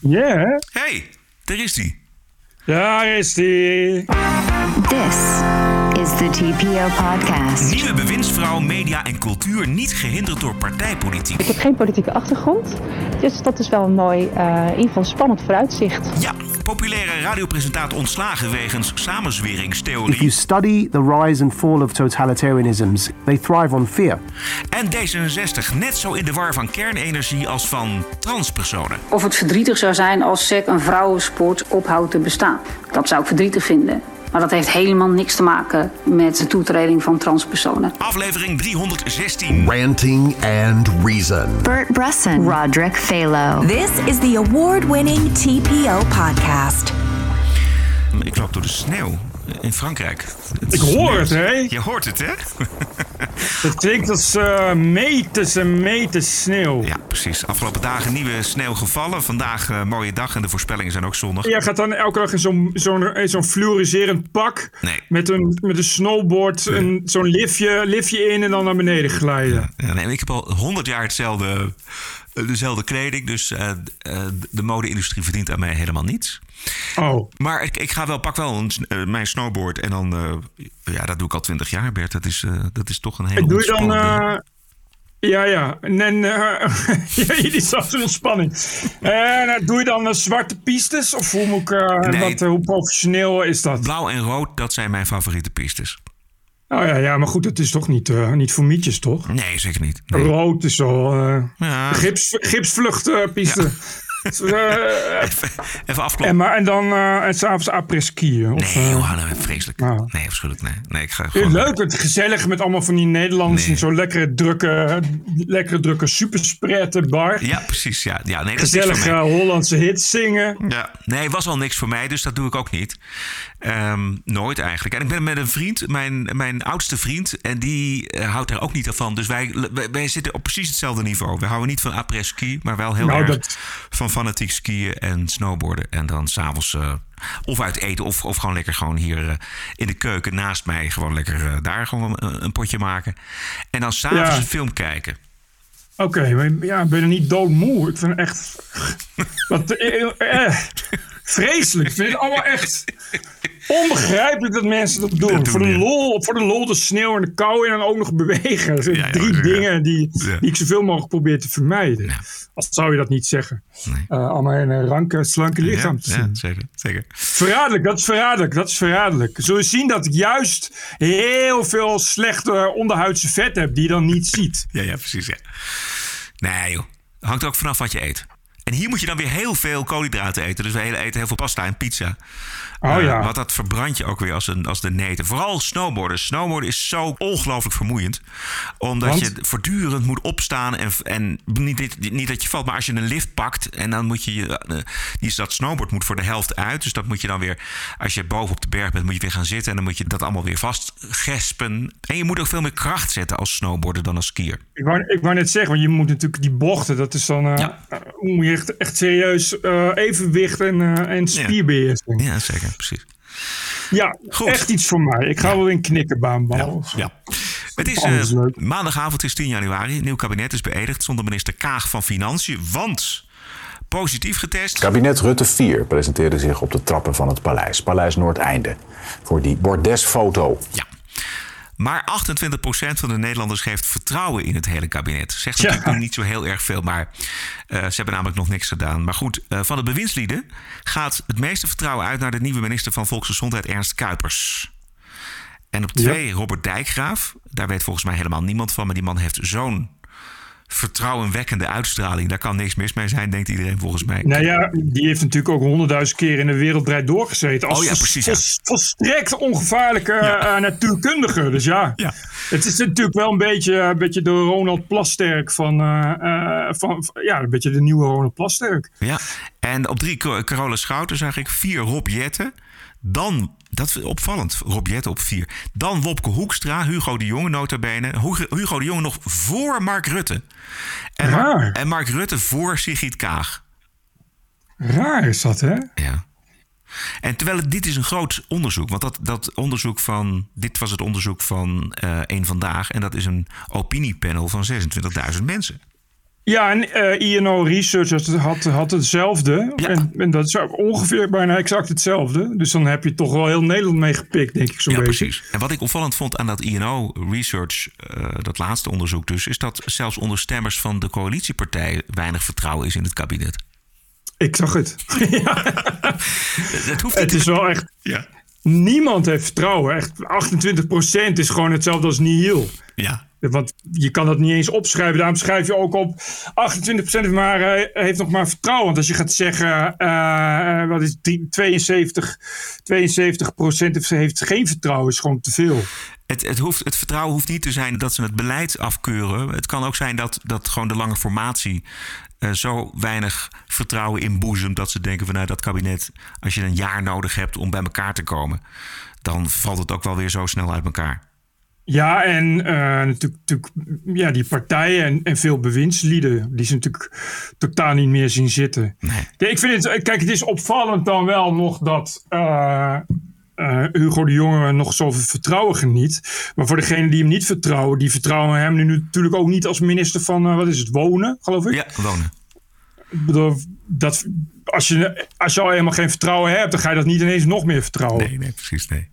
Yeah. Hey, daar is die. Daar is die. This is the TPO podcast. Nieuwe bewindsvrouw, media en cultuur niet gehinderd door partijpolitiek. Ik heb geen politieke achtergrond, dus dat is wel een mooi, in ieder geval spannend vooruitzicht. Ja, populaire radiopresentator ontslagen wegens samenzweringstheorie. If you study the rise and fall of totalitarianisms, they thrive on fear. En D66 net zo in de war van kernenergie als van transpersonen. Of het verdrietig zou zijn als SEC een vrouwensport ophoudt te bestaan. Dat zou ik verdrietig vinden. Maar dat heeft helemaal niks te maken met de toetreding van transpersonen. Aflevering 316. Ranting and Reason. Bert Bresson, Roderick Phalo. This is the award-winning TPO podcast. Ik loop door de sneeuw in Frankrijk. Ik hoor het, hè? Je hoort het, hè? Het klinkt als meters en meters sneeuw. Ja, precies. Afgelopen dagen nieuwe sneeuw gevallen. Vandaag mooie dag en de voorspellingen zijn ook zonnig. Jij gaat dan elke dag in zo'n fluoriserend pak. Nee. Met een snowboard, zo'n liftje in en dan naar beneden glijden. Ja, nee, ik heb al 100 jaar dezelfde kleding. Dus de mode-industrie verdient aan mij helemaal niets. Oh. Maar ik pak wel mijn snowboard en dan... dat doe ik al 20 jaar, Bert. Dat is toch een hele ontspanning. Ja. En jullie zat een ontspanning. Doe je dan zwarte pistes? Of hoe professioneel is dat? Blauw en rood, dat zijn mijn favoriete pistes. Oh ja, maar goed, dat is toch niet voor mietjes, toch? Nee, zeker niet. Nee. Rood is al gipsvluchtpiste. Ja. Even afkloppen. En s'avonds après-skiën? Nee, vreselijk. Oh. Nee, afschuwelijk. Nee, ik ga gewoon... Leuk, het gezellig met allemaal van die Nederlanders in zo'n lekkere drukke superspread bar. Ja, precies. Ja, nee, dat gezellige Hollandse hits zingen. Ja. Nee, was al niks voor mij, dus dat doe ik ook niet. Nooit eigenlijk. En ik ben met een vriend, mijn oudste vriend, en die houdt er ook niet van. Dus wij zitten op precies hetzelfde niveau. We houden niet van après-ski, maar wel heel erg van fanatiek skiën en snowboarden. En dan s'avonds of uit eten of gewoon lekker hier in de keuken naast mij gewoon lekker daar gewoon een potje maken. En dan s'avonds een film kijken. Oké, maar ben je niet doodmoe? Ik vind het echt... vreselijk. Ik vind het allemaal echt onbegrijpelijk dat mensen dat doen. Voor de lol, de sneeuw en de kou en dan ook nog bewegen. Dat zijn drie dingen die ik zoveel mogelijk probeer te vermijden. Ja. Als zou je dat niet zeggen. Nee. Allemaal in een ranke, slanke lichaam te zien. Ja, zeker. Verraderlijk, dat is verraderlijk. Zul je zien dat ik juist heel veel slechte onderhuidse vet heb die je dan niet ziet. Ja, precies. Ja. Nee joh, hangt er ook vanaf wat je eet. En hier moet je dan weer heel veel koolhydraten eten. Dus we eten heel veel pasta en pizza. Want dat verbrandt je ook weer als de neten. Vooral snowboarden. Snowboarden is zo ongelooflijk vermoeiend. Omdat je voortdurend moet opstaan. En niet dat je valt, maar als je een lift pakt. En dan moet dat snowboard moet voor de helft uit. Dus dat moet je dan weer, als je boven op de berg bent, moet je weer gaan zitten. En dan moet je dat allemaal weer vastgespen. En je moet ook veel meer kracht zetten als snowboarder dan als skier. Ik wou net zeggen, want je moet natuurlijk die bochten. Dat is dan... moet je echt serieus evenwicht en spierbeheersing. Ja, zeker. Precies. Ja, goed. Echt iets voor mij. Ik ga wel in knikkenbaanbal. Ja. Het is maandagavond, is 10 januari. Nieuw kabinet is beëdigd zonder minister Kaag van Financiën. Want positief getest. Kabinet Rutte 4 presenteerde zich op de trappen van het paleis. Paleis Noordeinde. Voor die bordesfoto. Ja. Maar 28% van de Nederlanders geeft vertrouwen in het hele kabinet. Zegt natuurlijk niet zo heel erg veel, maar ze hebben namelijk nog niks gedaan. Maar goed, van de bewindslieden gaat het meeste vertrouwen uit naar de nieuwe minister van Volksgezondheid, Ernst Kuipers. En op 2 Robert Dijkgraaf. Daar weet volgens mij helemaal niemand van, maar die man heeft zo'n vertrouwenwekkende uitstraling. Daar kan niks mis mee zijn, denkt iedereen volgens mij. Nou ja, die heeft natuurlijk ook 100.000 keer in de Wereld Draait Door gezeten. Als volstrekt ongevaarlijke natuurkundige. Dus ja, het is natuurlijk wel een beetje de Ronald Plasterk van een beetje de nieuwe Ronald Plasterk. Ja, en op 3 Carola Schouten zag ik 4 Rob Jetten. Dan, dat is opvallend, Rob Jetten op 4. Dan Wopke Hoekstra, Hugo de Jonge nota bene. Hugo de Jonge nog voor Mark Rutte. En Mark Rutte voor Sigrid Kaag. Raar is dat, hè? Ja. En terwijl dit is een groot onderzoek. Want dit was het onderzoek van Eén Vandaag. En dat is een opiniepanel van 26.000 mensen. Ja, en INO Research had hetzelfde. Ja. En dat is ongeveer bijna exact hetzelfde. Dus dan heb je toch wel heel Nederland meegepikt, denk ik zo'n beetje. Precies. En wat ik opvallend vond aan dat INO Research, dat laatste onderzoek dus, is dat zelfs onder stemmers van de coalitiepartij weinig vertrouwen is in het kabinet. Ik zag het. Ja. Het is wel echt... Ja. Niemand heeft vertrouwen. Echt 28% is gewoon hetzelfde als nihil. Ja. Want je kan dat niet eens opschrijven. Daarom schrijf je ook op 28% maar heeft nog maar vertrouwen. Want als je gaat zeggen, wat is 72% heeft geen vertrouwen, is gewoon te veel. Het vertrouwen hoeft niet te zijn dat ze het beleid afkeuren. Het kan ook zijn dat gewoon de lange formatie zo weinig vertrouwen inboezemt dat ze denken van dat kabinet, als je een jaar nodig hebt om bij elkaar te komen, dan valt het ook wel weer zo snel uit elkaar. Ja, en natuurlijk die partijen en veel bewindslieden, die ze natuurlijk totaal niet meer zien zitten. Nee. Ja, ik vind het is opvallend dan wel nog dat Hugo de Jonge nog zoveel vertrouwen geniet. Maar voor degenen die hem niet vertrouwen, die vertrouwen hem nu natuurlijk ook niet als minister van, wonen, geloof ik? Ja, wonen. Ik bedoel, als je al helemaal geen vertrouwen hebt, dan ga je dat niet ineens nog meer vertrouwen. Nee, precies, nee.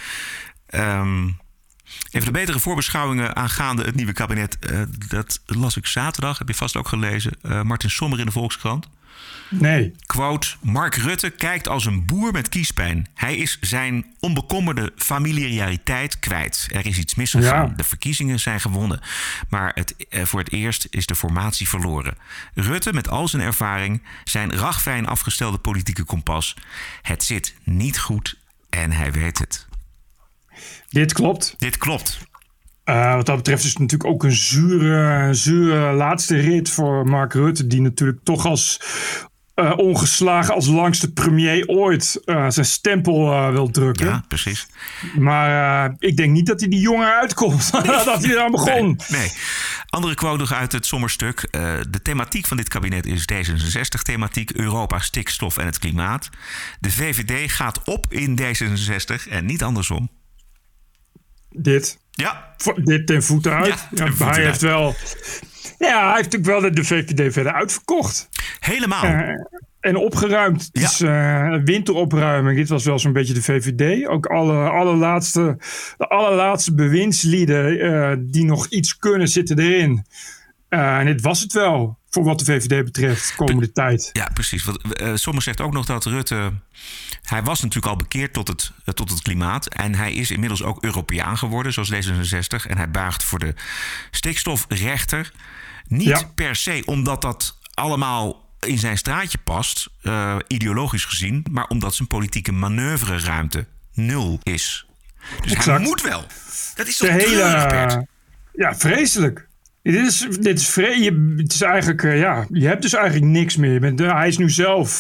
Even de betere voorbeschouwingen aangaande het nieuwe kabinet. Dat las ik zaterdag, heb je vast ook gelezen. Martin Sommer in de Volkskrant. Nee. Quote, Mark Rutte kijkt als een boer met kiespijn. Hij is zijn onbekommerde familiariteit kwijt. Er is iets misgegaan. Ja. De verkiezingen zijn gewonnen. Maar voor het eerst is de formatie verloren. Rutte met al zijn ervaring, zijn ragfijn afgestelde politieke kompas. Het zit niet goed en hij weet het. Dit klopt. Wat dat betreft is het natuurlijk ook een zure laatste rit voor Mark Rutte, die natuurlijk toch als ongeslagen als langste premier ooit zijn stempel wil drukken. Ja, precies. Maar ik denk niet dat hij die jongen uitkomt dat hij eraan begon. Nee. Andere quote nog uit het Sommerstuk. De thematiek van dit kabinet is D66-thematiek, Europa, stikstof en het klimaat. De VVD gaat op in D66 en niet andersom. Dit. Ja. Dit ten voeten uit. Ja, hij heeft wel... Ja, hij heeft natuurlijk wel de VVD verder uitverkocht. Helemaal. En opgeruimd. Ja. Dus winteropruiming. Dit was wel zo'n beetje de VVD. Ook de allerlaatste bewindslieden die nog iets kunnen zitten erin. En dit was het wel. Voor wat de VVD betreft, de komende tijd. Ja, precies. Sommer zegt ook nog dat Rutte... Hij was natuurlijk al bekeerd tot het klimaat. En hij is inmiddels ook Europeaan geworden, zoals D66. En hij buigt voor de stikstofrechter. Niet per se omdat dat allemaal in zijn straatje past, ideologisch gezien. Maar omdat zijn politieke manoeuvreruimte 0 is. Dus exact. Hij moet wel. Dat is toch treurig, Bert? Ja, vreselijk. Dit is het is eigenlijk, je hebt dus eigenlijk niks meer. Hij is nu zelf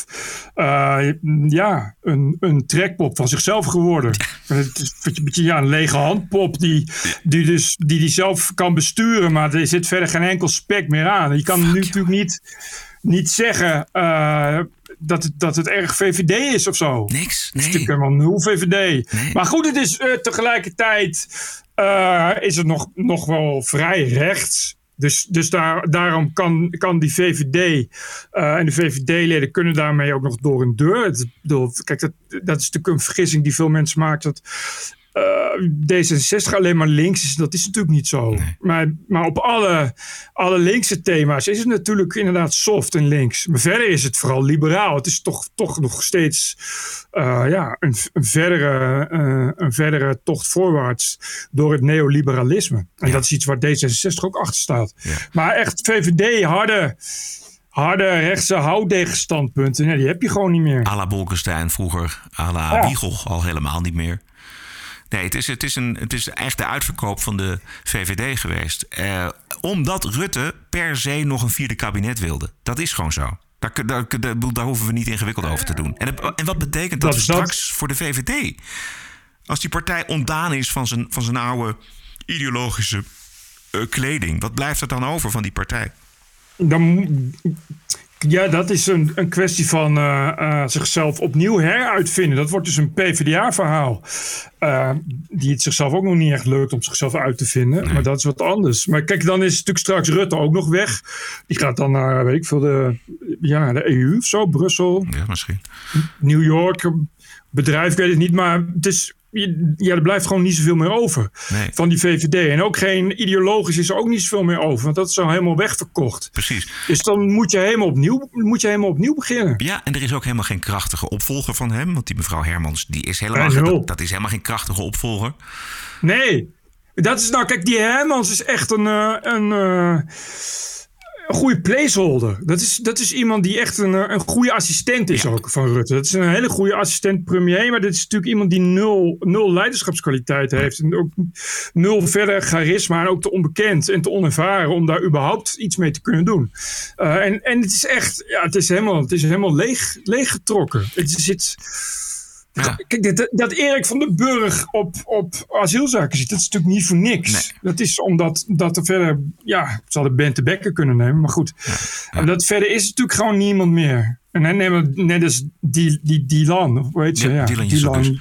een trekpop van zichzelf geworden. Het is een beetje een lege handpop die zelf kan besturen, maar er zit verder geen enkel spek meer aan. Je kan nu natuurlijk niet zeggen dat het erg VVD is of zo. Niks, nee. Het is natuurlijk helemaal 0 VVD. Nee. Maar goed, het is tegelijkertijd is het nog wel vrij rechts. Dus daarom kan die VVD en de VVD-leden kunnen daarmee ook nog door een deur. Kijk, dat is natuurlijk een vergissing die veel mensen maken. Dat D66 alleen maar links is. Dat is natuurlijk niet zo. Nee. Maar op alle linkse thema's is het natuurlijk inderdaad soft en links. Maar verder is het vooral liberaal. Het is toch nog steeds een verdere tocht voorwaarts door het neoliberalisme. En dat is iets waar D66 ook achter staat. Ja. Maar echt VVD, harde rechtse houdegstandpunten, die heb je gewoon niet meer. À la Bolkestein vroeger, à la Wiegel al helemaal niet meer. Nee, het is echt de uitverkoop van de VVD geweest. Omdat Rutte per se nog een vierde kabinet wilde. Dat is gewoon zo. Daar hoeven we niet ingewikkeld over te doen. En wat betekent dat straks voor de VVD? Als die partij ontdaan is van zijn oude ideologische kleding. Wat blijft er dan over van die partij? Ja, dat is een kwestie van zichzelf opnieuw heruitvinden. Dat wordt dus een PvdA-verhaal. Die het zichzelf ook nog niet echt lukt om zichzelf uit te vinden. Nee. Maar dat is wat anders. Maar kijk, dan is natuurlijk straks Rutte ook nog weg. Die gaat dan naar, weet ik veel, de EU of zo, Brussel. Ja, misschien. New York, bedrijf, ik weet het niet. Maar het is... Ja, er blijft gewoon niet zoveel meer over van die VVD. En ook geen ideologisch is er ook niet zoveel meer over. Want dat is al helemaal wegverkocht. Precies. Dus dan moet je helemaal opnieuw beginnen. Ja, en er is ook helemaal geen krachtige opvolger van hem. Want die mevrouw Hermans, die is helemaal, dat is helemaal geen krachtige opvolger. Nee. Dat is nou, kijk, die Hermans is echt een goede placeholder. Dat is iemand die echt een goede assistent is ook van Rutte. Dat is een hele goede assistent premier. Maar dit is natuurlijk iemand die nul leiderschapskwaliteit heeft. En ook nul verder charisma. En ook te onbekend en te onervaren om daar überhaupt iets mee te kunnen doen. En het is echt, ja, het is helemaal leeggetrokken. Het zit... Ja. Kijk, dat Erik van den Burg op asielzaken zit, dat is natuurlijk niet voor niks. Nee. Dat is omdat er verder... Ja, ze hadden Bente Bekker kunnen nemen, maar goed. Ja. Dat verder is natuurlijk gewoon niemand meer. En dan nemen we net als Dylan, hoe heet ze? Ja, Dylan.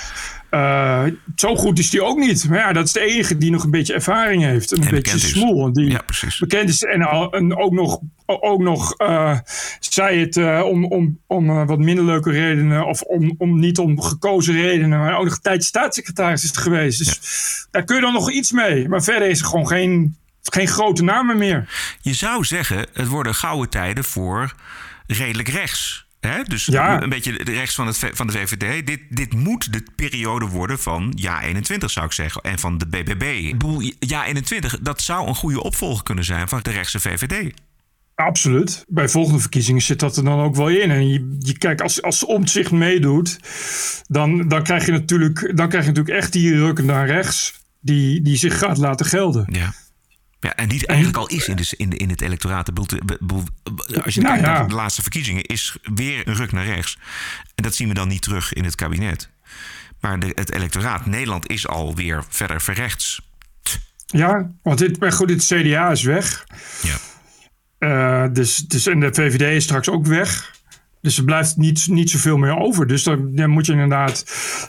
Zo goed is die ook niet. Maar ja, dat is de enige die nog een beetje ervaring heeft. En een beetje smoel. Die bekend is. En ook nog zei het om wat minder leuke redenen. Of niet om gekozen redenen. Maar ook nog een tijdje staatssecretaris is geweest. Dus daar kun je dan nog iets mee. Maar verder is er gewoon geen grote namen meer. Je zou zeggen, het worden gouden tijden voor redelijk rechts. Dus een beetje rechts van de VVD. Dit moet de periode worden van JA21, zou ik zeggen. En van de BBB. Ik bedoel, JA21, dat zou een goede opvolger kunnen zijn van de rechtse VVD. Absoluut. Bij volgende verkiezingen zit dat er dan ook wel in. En je kijkt, als Omtzigt meedoet, dan krijg je natuurlijk echt die ruk naar rechts die zich gaat laten gelden. Ja. Ja, en die het eigenlijk al is in het electoraat. Als je kijkt naar de laatste verkiezingen, is weer een ruk naar rechts. En dat zien we dan niet terug in het kabinet. Maar het electoraat, Nederland is alweer verder verrechts. Ja, want dit CDA is weg. Ja. Dus en de VVD is straks ook weg. Dus er blijft niet zoveel meer over. Dus dan moet je inderdaad...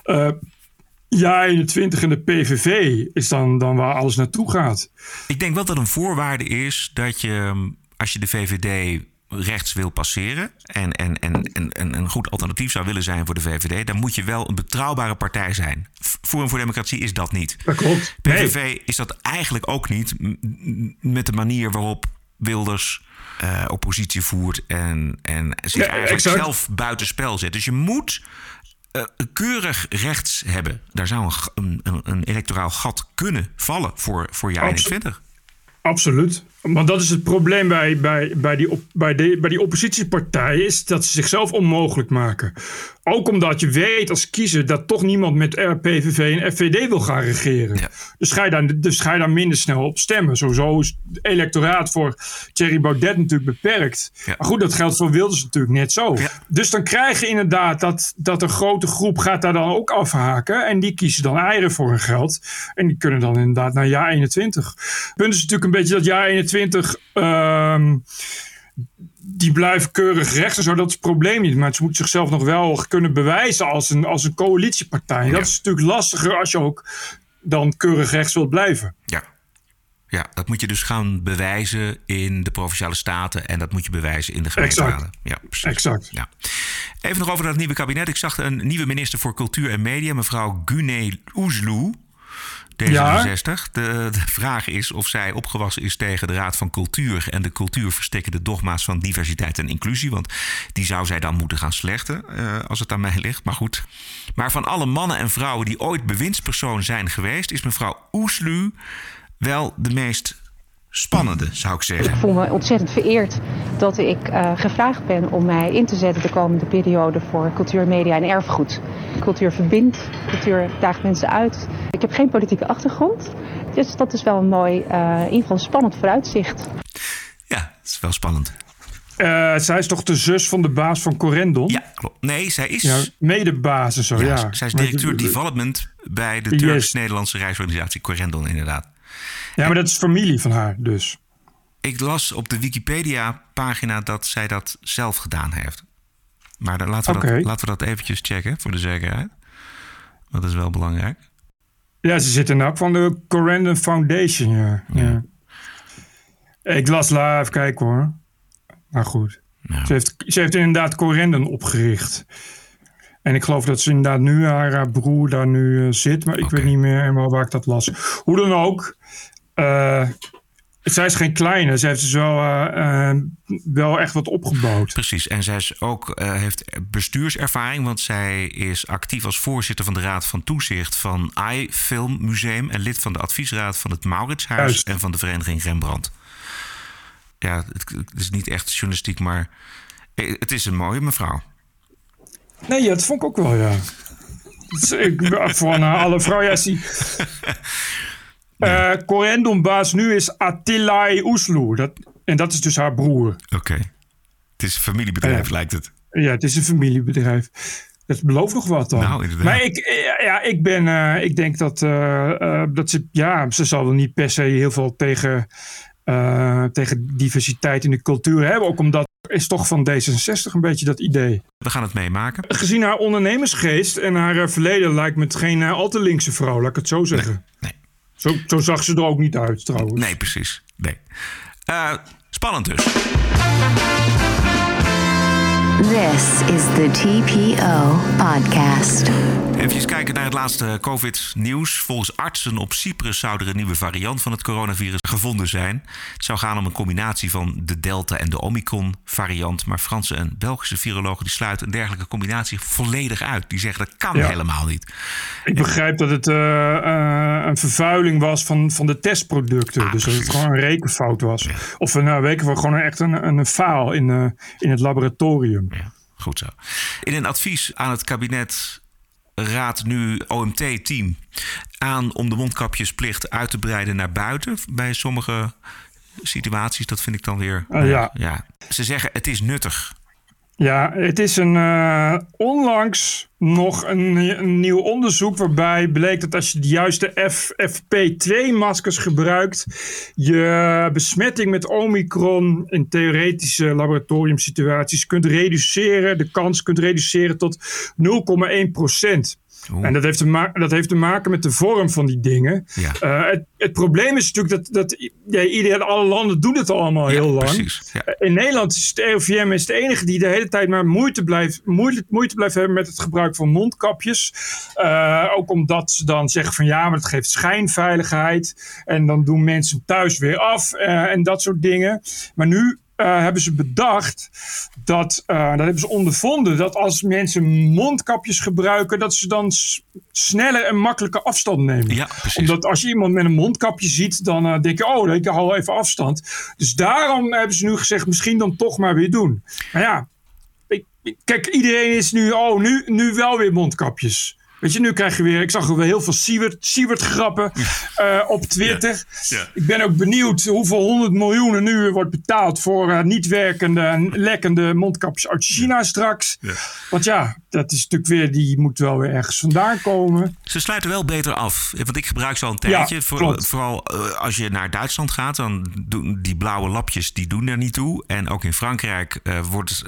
JA21 en de PVV is dan waar alles naartoe gaat. Ik denk wel dat een voorwaarde is dat je, als je de VVD rechts wil passeren en een goed alternatief zou willen zijn voor de VVD, dan moet je wel een betrouwbare partij zijn. Forum voor Democratie is dat niet. Dat klopt. PVV is dat eigenlijk ook niet, met de manier waarop Wilders oppositie voert en zich eigenlijk zelf buitenspel zet. Dus je moet keurig rechts hebben. Daar zou een electoraal gat kunnen vallen voor JA21. Absoluut. Want dat is het probleem bij die oppositiepartijen, is dat ze zichzelf onmogelijk maken. Ook omdat je weet als kiezer dat toch niemand met PVV en FVD wil gaan regeren. Ja. Dus ga je daar minder snel op stemmen. Sowieso is het electoraat voor Thierry Baudet natuurlijk beperkt. Ja. Maar goed, dat geldt voor Wilders natuurlijk net zo. Ja. Dus dan krijg je inderdaad dat een grote groep gaat daar dan ook afhaken. En die kiezen dan eieren voor hun geld. En die kunnen dan inderdaad naar JA21. Het punt is natuurlijk een beetje dat JA21... die blijven keurig rechts en zo, dat is het probleem niet. Maar ze moeten zichzelf nog wel kunnen bewijzen als een coalitiepartij. Ja. Dat is natuurlijk lastiger als je ook dan keurig rechts wilt blijven. Ja, dat moet je dus gaan bewijzen in de Provinciale Staten en dat moet je bewijzen in de gemeenteraden. Ja, precies. Exact. Ja. Even nog over dat nieuwe kabinet. Ik zag een nieuwe minister voor Cultuur en Media, mevrouw Güney Oesloe. D66. Ja. De vraag is of zij opgewassen is tegen de Raad van Cultuur en de cultuurverstikkende dogma's van diversiteit en inclusie. Want die zou zij dan moeten gaan slechten, als het aan mij ligt. Maar goed. Maar van alle mannen en vrouwen die ooit bewindspersoon zijn geweest, is mevrouw Oesloe wel de meest spannende, zou ik zeggen. Ik voel me ontzettend vereerd dat ik gevraagd ben om mij in te zetten de komende periode voor cultuur, media en erfgoed. Cultuur verbindt, cultuur daagt mensen uit. Ik heb geen politieke achtergrond, dus dat is wel een mooi, in ieder geval een spannend vooruitzicht. Ja, het is wel spannend. Zij is toch de zus van de baas van Corendon? Ja, klopt. Nee, zij is... medebaas en zo, ja. Zij is directeur development bij de Turks-Nederlandse reisorganisatie Corendon, inderdaad. Ja, maar dat is familie van haar dus. Ik las op de Wikipedia-pagina dat zij dat zelf gedaan heeft. Maar laten we dat eventjes checken voor de zekerheid. Dat is wel belangrijk. Ja, ze zitten ook van de Corendon Foundation. Ja. Ik las even kijken hoor. Maar goed. Ja. Ze heeft inderdaad Corendon opgericht. En ik geloof dat ze inderdaad nu haar broer daar nu zit. Maar ik weet niet meer helemaal waar ik dat las. Hoe dan ook. Zij is geen kleine. Ze heeft dus wel echt wat opgebouwd. Precies. En zij is ook, heeft bestuurservaring. Want zij is actief als voorzitter van de Raad van Toezicht van AI Film Museum. En lid van de adviesraad van het Mauritshuis en van de Vereniging Rembrandt. Ja, het is niet echt journalistiek, maar het is een mooie mevrouw. Nee, ja, dat vond ik ook wel, ja. Van alle vrouwen, Corendon-baas nu is Attilay Uslu. En dat is dus haar broer. Oké. Het is een familiebedrijf, lijkt het. Ja, het is een familiebedrijf. Dat belooft nog wat dan. Nou, inderdaad. Maar ik denk dat ze... Ja, ze zal er niet per se heel veel tegen diversiteit in de cultuur hebben. Ook omdat is toch van D66 een beetje dat idee. We gaan het meemaken. Gezien haar ondernemersgeest en haar verleden lijkt me het geen al te linkse vrouw, laat ik het zo zeggen. Nee. Zo zag ze er ook niet uit trouwens. Nee, precies. Nee. Spannend dus. This is the TPO podcast. Even kijken naar het laatste COVID-nieuws. Volgens artsen op Cyprus zou er een nieuwe variant van het coronavirus gevonden zijn. Het zou gaan om een combinatie van de Delta- en de Omicron-variant. Maar Franse en Belgische virologen die sluiten een dergelijke combinatie volledig uit. Die zeggen dat kan helemaal niet. Ik begrijp dat het een vervuiling was van de testproducten. Dus dat het gewoon een rekenfout was. Ja. Of gewoon echt een faal in het laboratorium. Ja, goed zo. In een advies aan het kabinet raadt nu OMT-team aan om de mondkapjesplicht uit te breiden naar buiten bij sommige situaties. Dat vind ik dan weer... Ze zeggen het is nuttig. Ja, het is onlangs nog een nieuw onderzoek waarbij bleek dat als je de juiste FFP2-maskers gebruikt, je besmetting met Omicron in theoretische laboratoriumsituaties de kans kunt reduceren tot 0,1%. En dat heeft te maken met de vorm van die dingen. Ja. Het probleem is natuurlijk dat alle landen doen het allemaal heel lang. Precies, ja. In Nederland is het RIVM de enige die de hele tijd maar moeite blijft hebben met het gebruik van mondkapjes. Ook omdat ze dan zeggen van maar het geeft schijnveiligheid. En dan doen mensen thuis weer af en dat soort dingen. Maar nu hebben ze bedacht dat hebben ze ondervonden dat als mensen mondkapjes gebruiken, dat ze dan sneller en makkelijker afstand nemen. Ja, omdat als je iemand met een mondkapje ziet, dan denk je, ik hou even afstand. Dus daarom hebben ze nu gezegd, misschien dan toch maar weer doen. Maar ja, kijk, iedereen is nu wel weer mondkapjes. Weet je, nu krijg je weer... Ik zag er weer heel veel Siewert grappen op Twitter. Ja. Ik ben ook benieuwd hoeveel 100 miljoen nu wordt betaald voor niet werkende en lekkende mondkapjes uit China straks. Ja. Want dat is natuurlijk weer... Die moet wel weer ergens vandaan komen. Ze sluiten wel beter af. Want ik gebruik ze al een tijdje. Vooral als je naar Duitsland gaat, dan doen die blauwe lapjes, die doen er niet toe. En ook in Frankrijk wordt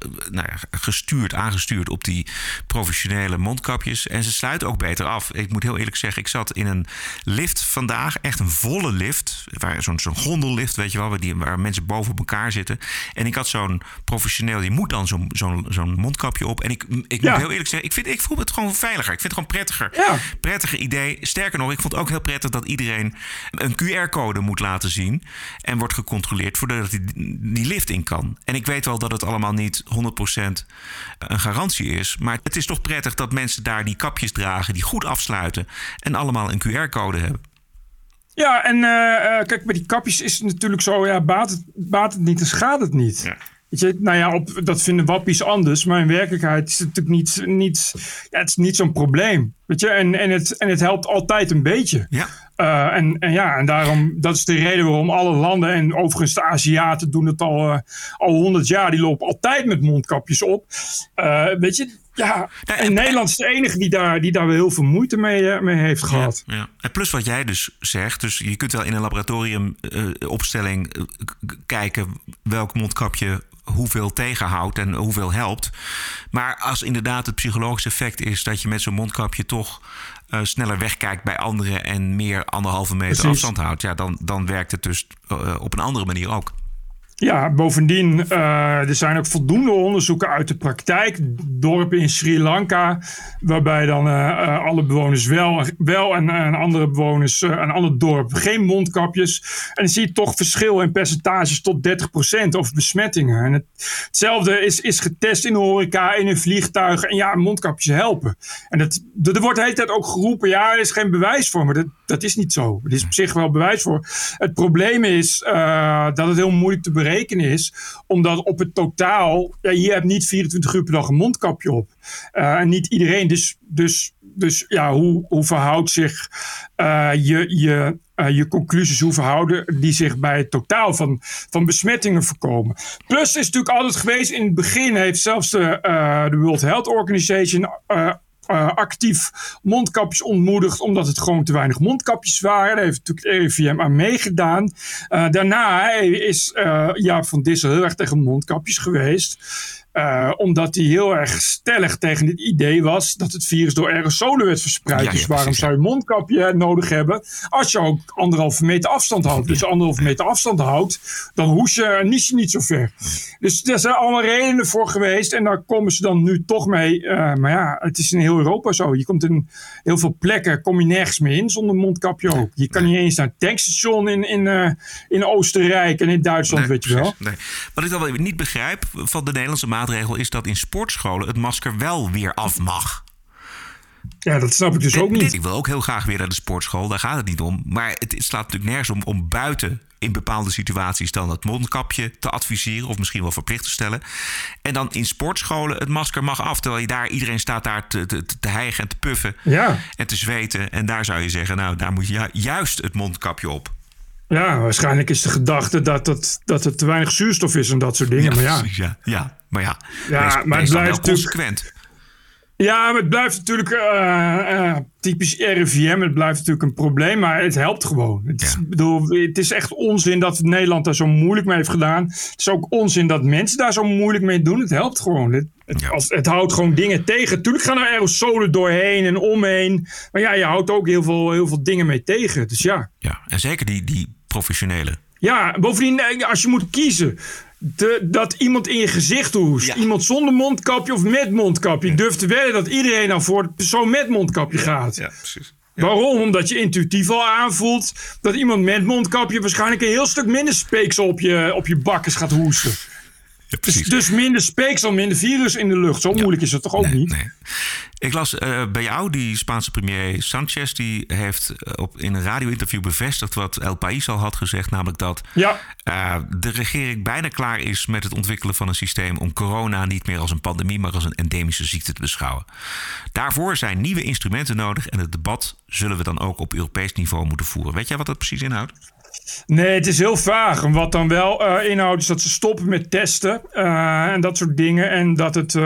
aangestuurd op die professionele mondkapjes. En ze sluiten ook beter af. Ik moet heel eerlijk zeggen, ik zat in een lift vandaag. Echt een volle lift. Zo'n gondellift, weet je wel. Waar mensen boven op elkaar zitten. En ik had zo'n professioneel, die moet dan zo'n mondkapje op. En ik moet heel eerlijk zeggen, ik voel het gewoon veiliger. Ik vind het gewoon prettiger. Ja. Prettiger idee. Sterker nog, ik vond het ook heel prettig dat iedereen een QR-code moet laten zien. En wordt gecontroleerd voordat hij die lift in kan. En ik weet wel dat het allemaal niet 100% een garantie is. Maar het is toch prettig dat mensen daar die kapjes dragen, die goed afsluiten en allemaal een QR-code hebben. Ja, en kijk, bij die kapjes is het natuurlijk zo, baat het niet, dan schaadt het niet. Ja. Weet je, dat vinden wappies anders, maar in werkelijkheid is het natuurlijk niet het is niet zo'n probleem. Weet je, en het helpt altijd een beetje. Ja. En daarom, dat is de reden waarom alle landen, en overigens de Aziaten doen het al 100 jaar, die lopen altijd met mondkapjes op. Weet je, en Nederland is de enige die daar wel heel veel moeite mee heeft gehad. Ja. En plus wat jij dus zegt, dus je kunt wel in een laboratoriumopstelling kijken welk mondkapje hoeveel tegenhoudt en hoeveel helpt. Maar als inderdaad het psychologische effect is dat je met zo'n mondkapje toch sneller wegkijkt bij anderen en meer 1,5 meter afstand houdt, dan werkt het dus op een andere manier ook. Ja, bovendien, er zijn ook voldoende onderzoeken uit de praktijk. Dorpen in Sri Lanka, waarbij dan alle bewoners wel en andere bewoners, een ander dorp, geen mondkapjes. En dan zie je toch verschil in percentages tot 30% over besmettingen. En hetzelfde is getest in de horeca, in een vliegtuig. En mondkapjes helpen. En er wordt de hele tijd ook geroepen, er is geen bewijs voor. Maar dat is niet zo. Er is op zich wel bewijs voor. Het probleem is dat het heel moeilijk te berekenen is, omdat op het totaal, je hebt niet 24 uur per dag een mondkapje op. En niet iedereen. Dus hoe verhoudt zich je conclusies, hoe verhouden die zich bij het totaal van besmettingen voorkomen? Plus is natuurlijk altijd geweest, in het begin heeft zelfs de World Health Organization actief mondkapjes ontmoedigd, omdat het gewoon te weinig mondkapjes waren. Daar heeft natuurlijk het RIVM aan meegedaan. Daarna is Jaap van Dissel heel erg tegen mondkapjes geweest. Omdat hij heel erg stellig tegen het idee was dat het virus door aerosolen werd verspreid. Dus waarom zou je een mondkapje nodig hebben als je ook 1,5 meter afstand houdt? Dus 1,5 meter afstand houdt, dan hoes je niet zo ver. Dus daar zijn allemaal redenen voor geweest en daar komen ze dan nu toch mee. Maar het is in heel Europa zo. Je komt in heel veel plekken, kom je nergens meer in zonder mondkapje ook. Je kan niet eens naar een tankstation in Oostenrijk en in Duitsland, weet je wel. Nee. Wat ik dan wel niet begrijp van de Nederlandse maatregel is dat in sportscholen het masker wel weer af mag. Ja, dat snap ik dus ook niet. Ik wil ook heel graag weer naar de sportschool, daar gaat het niet om. Maar het slaat natuurlijk nergens om buiten in bepaalde situaties dan het mondkapje te adviseren of misschien wel verplicht te stellen. En dan in sportscholen het masker mag af, terwijl iedereen staat daar te hijgen en te puffen en te zweten. En daar zou je zeggen, nou, daar moet je juist het mondkapje op. Ja, waarschijnlijk is de gedachte dat er te weinig zuurstof is en dat soort dingen. Maar maar het blijft consequent. Ja, maar het blijft natuurlijk typisch RIVM. Het blijft natuurlijk een probleem, maar het helpt gewoon. Het is echt onzin dat Nederland daar zo moeilijk mee heeft gedaan. Het is ook onzin dat mensen daar zo moeilijk mee doen. Het helpt gewoon. Het houdt gewoon dingen tegen. Tuurlijk gaan er aerosolen doorheen en omheen. Maar je houdt ook heel veel dingen mee tegen. Dus ja. Ja, en zeker die professionele. Ja, bovendien, als je moet kiezen, dat iemand in je gezicht hoest. Ja. Iemand zonder mondkapje of met mondkapje. Ik durf te wedden dat iedereen dan voor de persoon met mondkapje gaat. Ja, precies. Ja. Waarom? Omdat je intuïtief al aanvoelt dat iemand met mondkapje waarschijnlijk een heel stuk minder speeksel op je bakkes gaat hoesten. Ja, dus minder speeksel, minder virus in de lucht. Zo moeilijk is het toch ook niet? Nee. Ik las bij jou, die Spaanse premier Sanchez, die heeft in een radio-interview bevestigd wat El País al had gezegd, namelijk dat de regering bijna klaar is met het ontwikkelen van een systeem om corona niet meer als een pandemie, maar als een endemische ziekte te beschouwen. Daarvoor zijn nieuwe instrumenten nodig en het debat zullen we dan ook op Europees niveau moeten voeren. Weet jij wat dat precies inhoudt? Nee, het is heel vaag. En wat dan wel inhoudt is dat ze stoppen met testen en dat soort dingen. En dat het,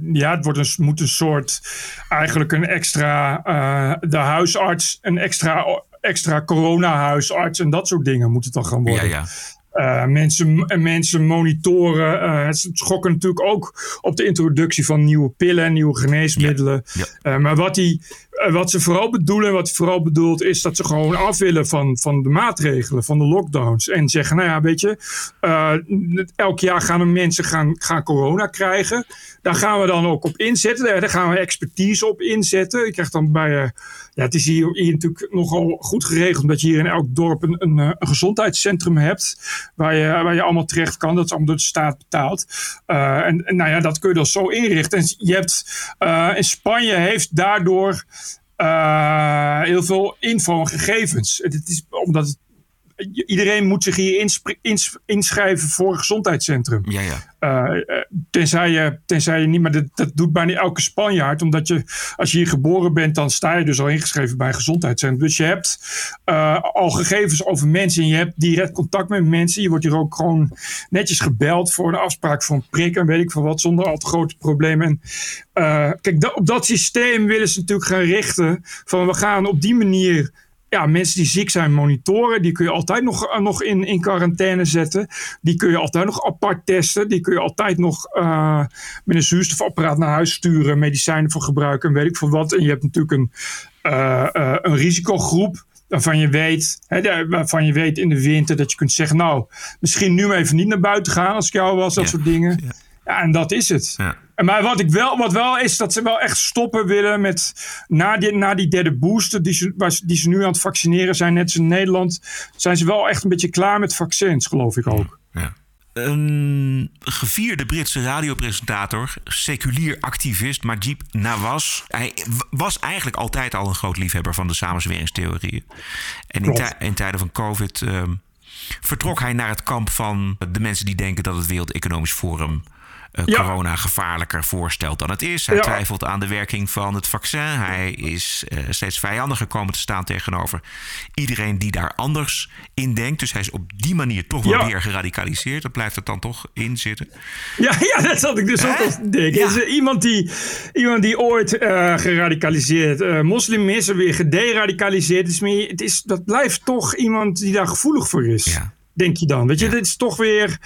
moet een soort, eigenlijk een extra, de huisarts, een extra corona-huisarts en dat soort dingen moet het dan gaan worden. Ja. Mensen monitoren. Het schokken natuurlijk ook op de introductie van nieuwe pillen en nieuwe geneesmiddelen. Ja. Maar wat ze vooral bedoelen, wat hij vooral bedoelt, is dat ze gewoon af willen van de maatregelen, van de lockdowns. En zeggen, nou ja, weet je, elk jaar gaan er mensen gaan corona krijgen. Daar gaan we dan ook op inzetten. Daar gaan we expertise op inzetten. Je krijgt dan het is hier natuurlijk nogal goed geregeld, omdat je hier in elk dorp een gezondheidscentrum hebt, waar je allemaal terecht kan. Dat is allemaal door de staat betaald. Dat kun je dan zo inrichten. En je hebt, in Spanje heeft daardoor heel veel info en gegevens. Het is omdat iedereen moet zich hier inschrijven voor een gezondheidscentrum. Tenzij je niet, maar dat doet bijna elke Spanjaard. Omdat als je hier geboren bent, dan sta je dus al ingeschreven bij een gezondheidscentrum. Dus je hebt al gegevens over mensen en je hebt direct contact met mensen. Je wordt hier ook gewoon netjes gebeld voor de afspraak van prikken en weet ik veel wat, zonder al te grote problemen. En kijk, op dat systeem willen ze natuurlijk gaan richten van we gaan op die manier mensen die ziek zijn monitoren. Die kun je altijd nog in quarantaine zetten. Die kun je altijd nog apart testen. Die kun je altijd nog met een zuurstofapparaat naar huis sturen. Medicijnen voor gebruiken en weet ik veel wat. En je hebt natuurlijk een risicogroep. Waarvan je weet in de winter dat je kunt zeggen, nou, misschien nu even niet naar buiten gaan als ik jou was, dat soort dingen. Ja, en dat is het. Ja. Maar wat wel is, dat ze wel echt stoppen willen met na die derde booster die ze nu aan het vaccineren zijn, net als in Nederland, zijn ze wel echt een beetje klaar met vaccins, geloof ik ook. Ja. Een gevierde Britse radiopresentator, seculier activist Majid Nawaz. Hij was eigenlijk altijd al een groot liefhebber van de samenzweringstheorieën. En in tijden van COVID vertrok hij naar het kamp van de mensen die denken dat het Wereld Economisch Forum corona gevaarlijker voorstelt dan het is. Hij twijfelt aan de werking van het vaccin. Hij is steeds vijandiger komen te staan tegenover iedereen die daar anders in denkt. Dus hij is op die manier toch wel weer geradicaliseerd. Dat blijft het dan toch in zitten. Ja, dat zat ik dus ook al te denken. Is iemand die ooit geradicaliseerd moslim is en weer gederadicaliseerd is. Dat blijft toch iemand die daar gevoelig voor is. Ja. Denk je dan? Weet je, dit is toch weer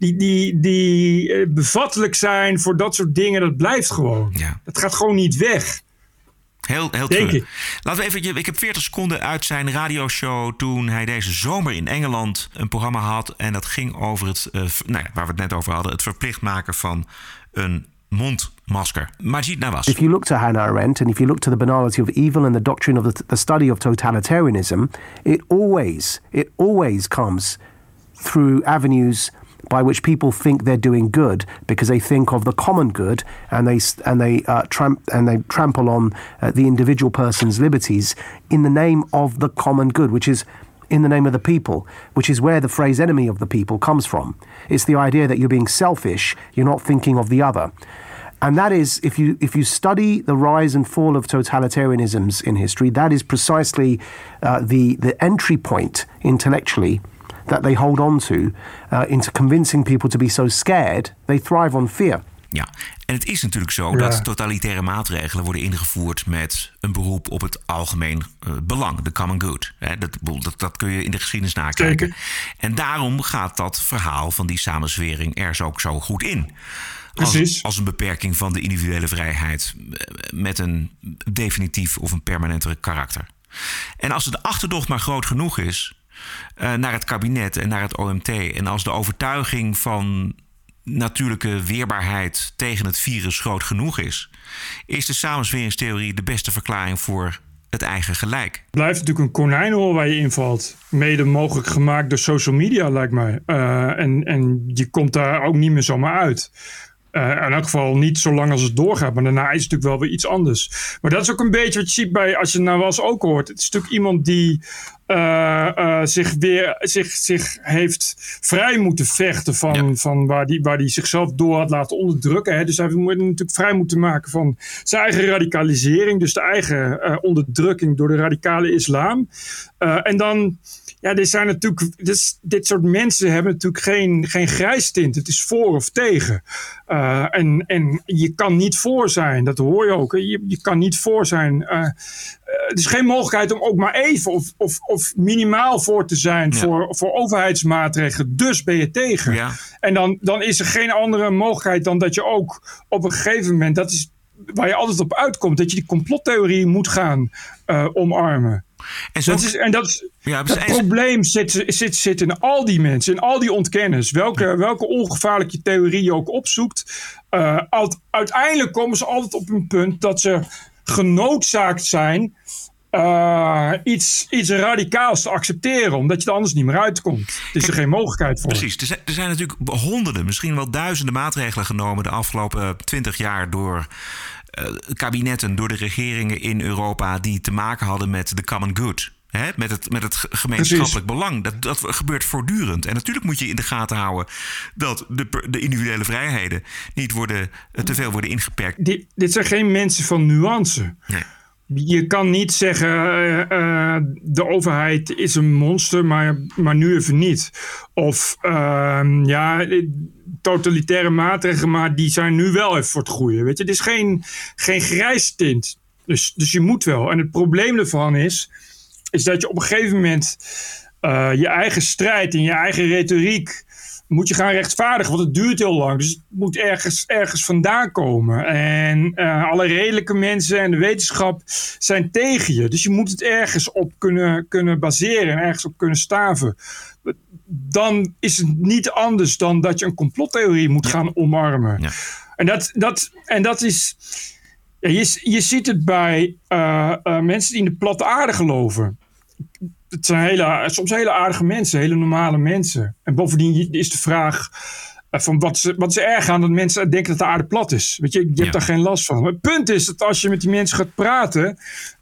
die bevattelijk zijn voor dat soort dingen. Dat blijft gewoon. Ja. Dat gaat gewoon niet weg. Heel treurig. Laten we even. Ik heb 40 seconden uit zijn radioshow toen hij deze zomer in Engeland een programma had. En dat ging over het, waar we het net over hadden, het verplicht maken van een mondmasker. Majid Nawaz. If you look to Hannah Arendt and if you look to the banality of evil and the doctrine of the study of totalitarianism, it always comes through avenues by which people think they're doing good because they think of the common good and they trample on the individual person's liberties in the name of the common good, which is in the name of the people, which is where the phrase enemy of the people comes from. It's the idea that you're being selfish, you're not thinking of the other. And that is, if you study the rise and fall of totalitarianisms in history, that is precisely the entry point intellectually that they hold on to into convincing people to be so scared, they thrive on fear. Ja, en het is natuurlijk zo dat totalitaire maatregelen worden ingevoerd met een beroep op het algemeen belang, de common good. Dat kun je in de geschiedenis nakijken. Zeker. En daarom gaat dat verhaal van die samenzwering er ook zo goed in. Als een beperking van de individuele vrijheid met een definitief of een permanentere karakter. En als de achterdocht maar groot genoeg is naar het kabinet en naar het OMT, en als de overtuiging van natuurlijke weerbaarheid tegen het virus groot genoeg is de samenzweringstheorie de beste verklaring voor het eigen gelijk. Het blijft natuurlijk een konijnenhol waar je invalt. Mede mogelijk gemaakt door social media, lijkt mij. En je komt daar ook niet meer zomaar uit. In elk geval niet zolang als het doorgaat. Maar daarna is het natuurlijk wel weer iets anders. Maar dat is ook een beetje wat je ziet bij, als je Nawaz ook hoort. Het is natuurlijk iemand die zich heeft vrij moeten vechten van waar die zichzelf door had laten onderdrukken. Hè. Dus hij moet natuurlijk vrij moeten maken van zijn eigen radicalisering. Dus de eigen onderdrukking door de radicale islam. En dan, dit soort mensen hebben natuurlijk geen grijstint. Het is voor of tegen. En je kan niet voor zijn. Dat hoor je ook. Je kan niet voor zijn. Er is geen mogelijkheid om ook maar even of minimaal voor te zijn voor overheidsmaatregelen. Dus ben je tegen. Ja. En dan is er geen andere mogelijkheid dan dat je ook op een gegeven moment, dat is waar je altijd op uitkomt, dat je die complottheorie moet gaan omarmen. Dat probleem zit in al die mensen, in al die ontkenners. Welke ongevaarlijke theorie je ook opzoekt. Uiteindelijk komen ze altijd op een punt dat ze genoodzaakt zijn iets radicaals te accepteren, omdat je er anders niet meer uitkomt. Er is er geen mogelijkheid voor. Precies. Er zijn natuurlijk honderden, misschien wel duizenden maatregelen genomen de afgelopen 20 jaar door kabinetten, door de regeringen in Europa die te maken hadden met de common good. Hè, met het gemeenschappelijk belang. Dat gebeurt voortdurend. En natuurlijk moet je in de gaten houden dat de individuele vrijheden niet te veel worden ingeperkt. Dit zijn geen mensen van nuance. Nee. Je kan niet zeggen, de overheid is een monster, maar nu even niet. Of totalitaire maatregelen, maar die zijn nu wel even voor het goede. Weet je, het is geen grijs tint. Dus je moet wel. En het probleem ervan is dat je op een gegeven moment je eigen strijd en je eigen retoriek moet je gaan rechtvaardigen, want het duurt heel lang. Dus het moet ergens vandaan komen. En alle redelijke mensen en de wetenschap zijn tegen je. Dus je moet het ergens op kunnen baseren en ergens op kunnen staven. Dan is het niet anders dan dat je een complottheorie moet gaan omarmen. Ja. En dat is... Je ziet het bij mensen die in de platte aarde geloven. Het zijn soms hele aardige mensen, hele normale mensen. En bovendien is de vraag van wat ze erg aan dat mensen denken dat de aarde plat is. Weet je hebt daar geen last van. Maar het punt is dat als je met die mensen gaat praten,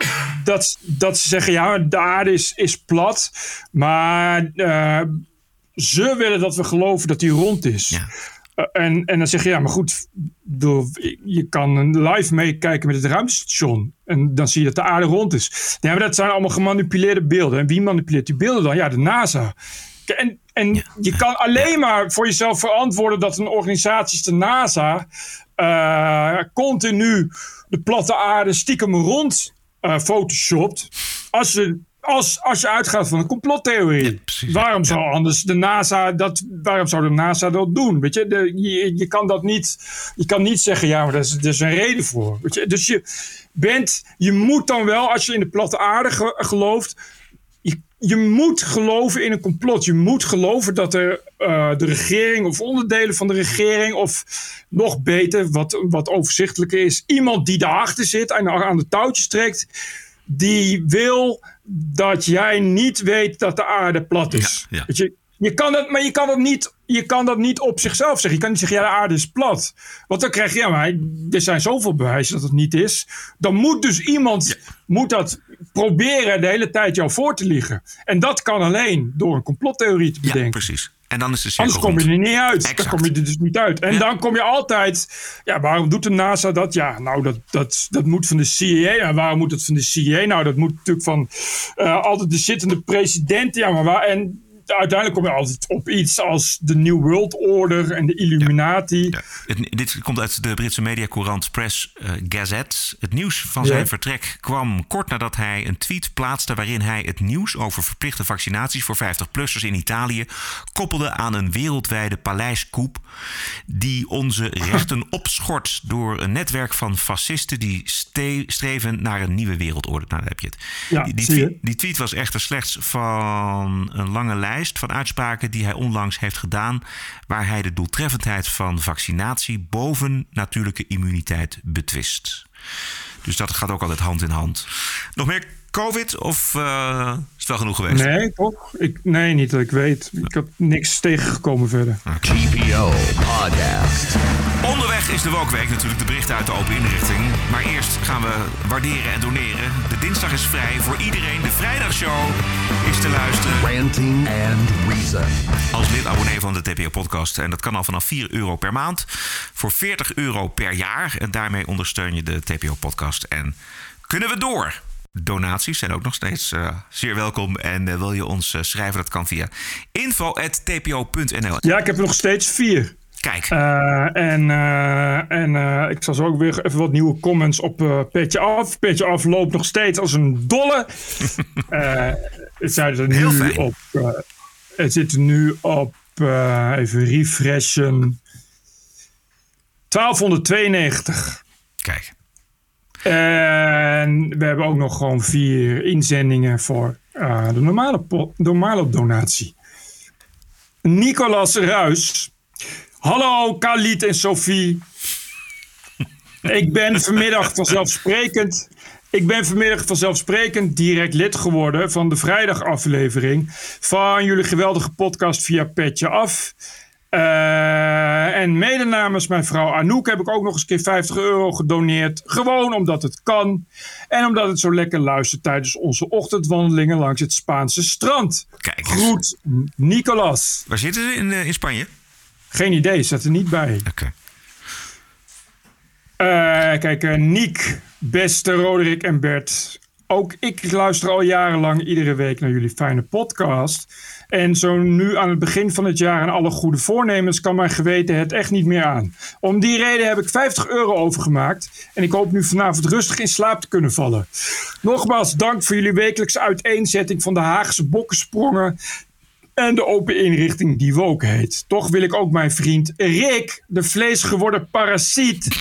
dat ze zeggen, ja, de aarde is plat, maar ze willen dat we geloven dat die rond is. Ja. En dan zeg je, ja, maar goed, je kan live meekijken met het ruimtestation. En dan zie je dat de aarde rond is. Ja, maar dat zijn allemaal gemanipuleerde beelden. En wie manipuleert die beelden dan? Ja, de NASA. En je kan alleen maar voor jezelf verantwoorden dat een organisatie als de NASA continu de platte aarde stiekem rond photoshopt. Als je uitgaat van een complottheorie. Ja, waarom zou de NASA dat doen? Weet je, je kan dat niet. Je kan niet zeggen, ja, maar er is een reden voor. Weet je? Dus je moet dan wel, als je in de platte aarde gelooft, je moet geloven in een complot. Je moet geloven dat er de regering of onderdelen van de regering, of nog beter, wat overzichtelijker is, iemand die daarachter zit en aan de touwtjes trekt, die wil dat jij niet weet dat de aarde plat is. Ja. Weet je, je kan dat niet op zichzelf zeggen. Je kan niet zeggen, ja, de aarde is plat. Want dan krijg je, maar er zijn zoveel bewijzen dat het niet is. Dan moet dus iemand moet dat proberen de hele tijd jou voor te liegen. En dat kan alleen door een complottheorie te bedenken. Ja, precies. En dan is de cirkel anders kom je er niet uit. Exact. Dan kom je er dus niet uit. En dan kom je altijd, ja, waarom doet de NASA dat? Ja, nou, dat moet van de CIA. En waarom moet het van de CIA? Nou, dat moet natuurlijk van altijd de zittende president. Ja, maar en uiteindelijk kom je altijd op iets als de New World Order en de Illuminati. Ja. Dit komt uit de Britse mediacourant Press Gazette. Het nieuws van zijn vertrek kwam kort nadat hij een tweet plaatste waarin hij het nieuws over verplichte vaccinaties voor 50-plussers in Italië koppelde aan een wereldwijde paleiscoup die onze rechten opschort door een netwerk van fascisten die streven naar een nieuwe wereldorde. Nou, daar heb je het. Ja, die tweet was echter slechts van een lange lijst van uitspraken die hij onlangs heeft gedaan, waar hij de doeltreffendheid van vaccinatie boven natuurlijke immuniteit betwist. Dus dat gaat ook altijd hand in hand. Nog meer COVID of is het wel genoeg geweest? Nee, toch? Nee, niet dat ik weet. Ik heb niks tegengekomen verder. TPO Podcast. Onderweg is de Wookweek, natuurlijk de berichten uit de open inrichting. Maar eerst gaan we waarderen en doneren. De dinsdag is vrij voor iedereen. De vrijdagshow is te luisteren. Ranting and Reason. Als lid abonnee van de TPO Podcast. En dat kan al vanaf €4 per maand. Voor €40 per jaar. En daarmee ondersteun je de TPO Podcast. En kunnen we door? Donaties zijn ook nog steeds zeer welkom. En wil je ons schrijven, dat kan via info@tpo.nl. Ja, ik heb er nog steeds 4. Kijk. Ik zal zo ook weer even wat nieuwe comments op Petje Af. Petje Af loopt nog steeds als een dolle. Het zit er nu op even refreshen. 1292. Kijk. En we hebben ook nog gewoon 4 inzendingen voor de normale donatie. Nicolas Ruis. Hallo Khalid en Sophie. Ik ben vanmiddag vanzelfsprekend direct lid geworden van de vrijdagaflevering van jullie geweldige podcast via Petje Af. En mede namens mijn vrouw Anouk heb ik ook nog eens een keer €50 gedoneerd. Gewoon omdat het kan. En omdat het zo lekker luistert tijdens onze ochtendwandelingen langs het Spaanse strand. Kijk. Groet, Nicolas. Waar zitten ze in Spanje? Geen idee, staat er niet bij. Oké. Kijk, Niek, beste Roderick en Bert. Ook ik luister al jarenlang iedere week naar jullie fijne podcast. En zo nu aan het begin van het jaar en alle goede voornemens kan mijn geweten het echt niet meer aan. Om die reden heb ik €50 overgemaakt. En ik hoop nu vanavond rustig in slaap te kunnen vallen. Nogmaals dank voor jullie wekelijkse uiteenzetting van de Haagse bokkensprongen. En de open inrichting die Woke heet. Toch wil ik ook mijn vriend Rick, de vleesgeworden parasiet,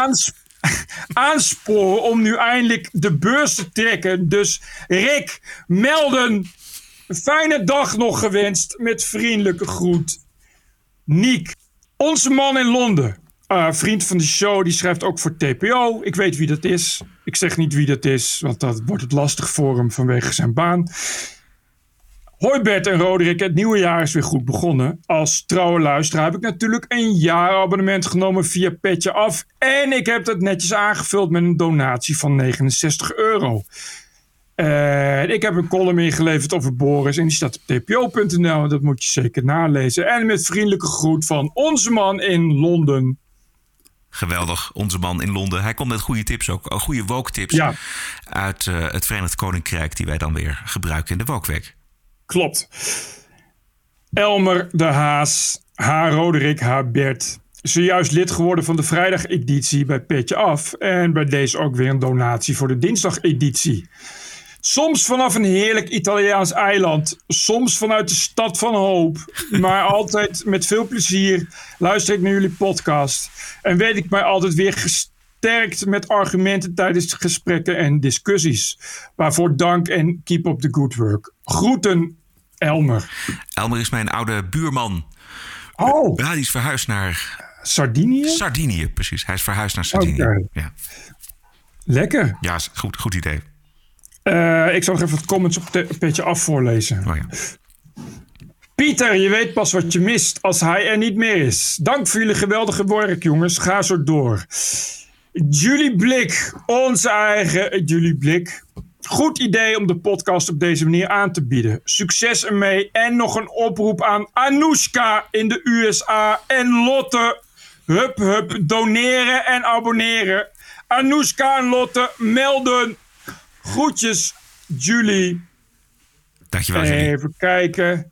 aansporen om nu eindelijk de beurs te trekken. Dus Rick, melden. Een fijne dag nog gewenst. Met vriendelijke groet. Niek. Onze man in Londen. Vriend van de show. Die schrijft ook voor TPO. Ik weet wie dat is. Ik zeg niet wie dat is. Want dat wordt het lastig voor hem vanwege zijn baan. Hoi Bert en Roderick. Het nieuwe jaar is weer goed begonnen. Als trouwe luisteraar heb ik natuurlijk een jaarabonnement genomen via Petje Af. En ik heb dat netjes aangevuld met een donatie van €69. Ik heb een column ingeleverd over Boris en die staat op tpo.nl. Dat moet je zeker nalezen. En met vriendelijke groet van onze man in Londen. Geweldig, onze man in Londen. Hij komt met goede tips ook. Goede woke-tips uit het Verenigd Koninkrijk die wij dan weer gebruiken in de Woke-week. Klopt. Elmer de Haas, H. Roderick, H. Bert. Zojuist lid geworden van de vrijdageditie bij Petje Af. En bij deze ook weer een donatie voor de dinsdageditie. Soms vanaf een heerlijk Italiaans eiland. Soms vanuit de stad van hoop. Maar altijd met veel plezier luister ik naar jullie podcast. En weet ik mij altijd weer gesterkt met argumenten tijdens gesprekken en discussies. Waarvoor dank en keep up the good work. Groeten, Elmer. Elmer is mijn oude buurman. Oh. Ja, die is verhuisd naar... Sardinië? Sardinië, precies. Hij is verhuisd naar Sardinië. Okay. Ja. Lekker. Ja, goed idee. Ik zal nog even wat comments op het Petje Af voorlezen. Oh ja. Pieter, je weet pas wat je mist als hij er niet meer is. Dank voor jullie geweldige werk, jongens. Ga zo door. Julie Blik, onze eigen Julie Blik. Goed idee om de podcast op deze manier aan te bieden. Succes ermee. En nog een oproep aan Anoushka in de USA en Lotte. Hup, doneren en abonneren. Anoushka en Lotte, melden. Groetjes, Julie. Dankjewel, Julie. Even kijken.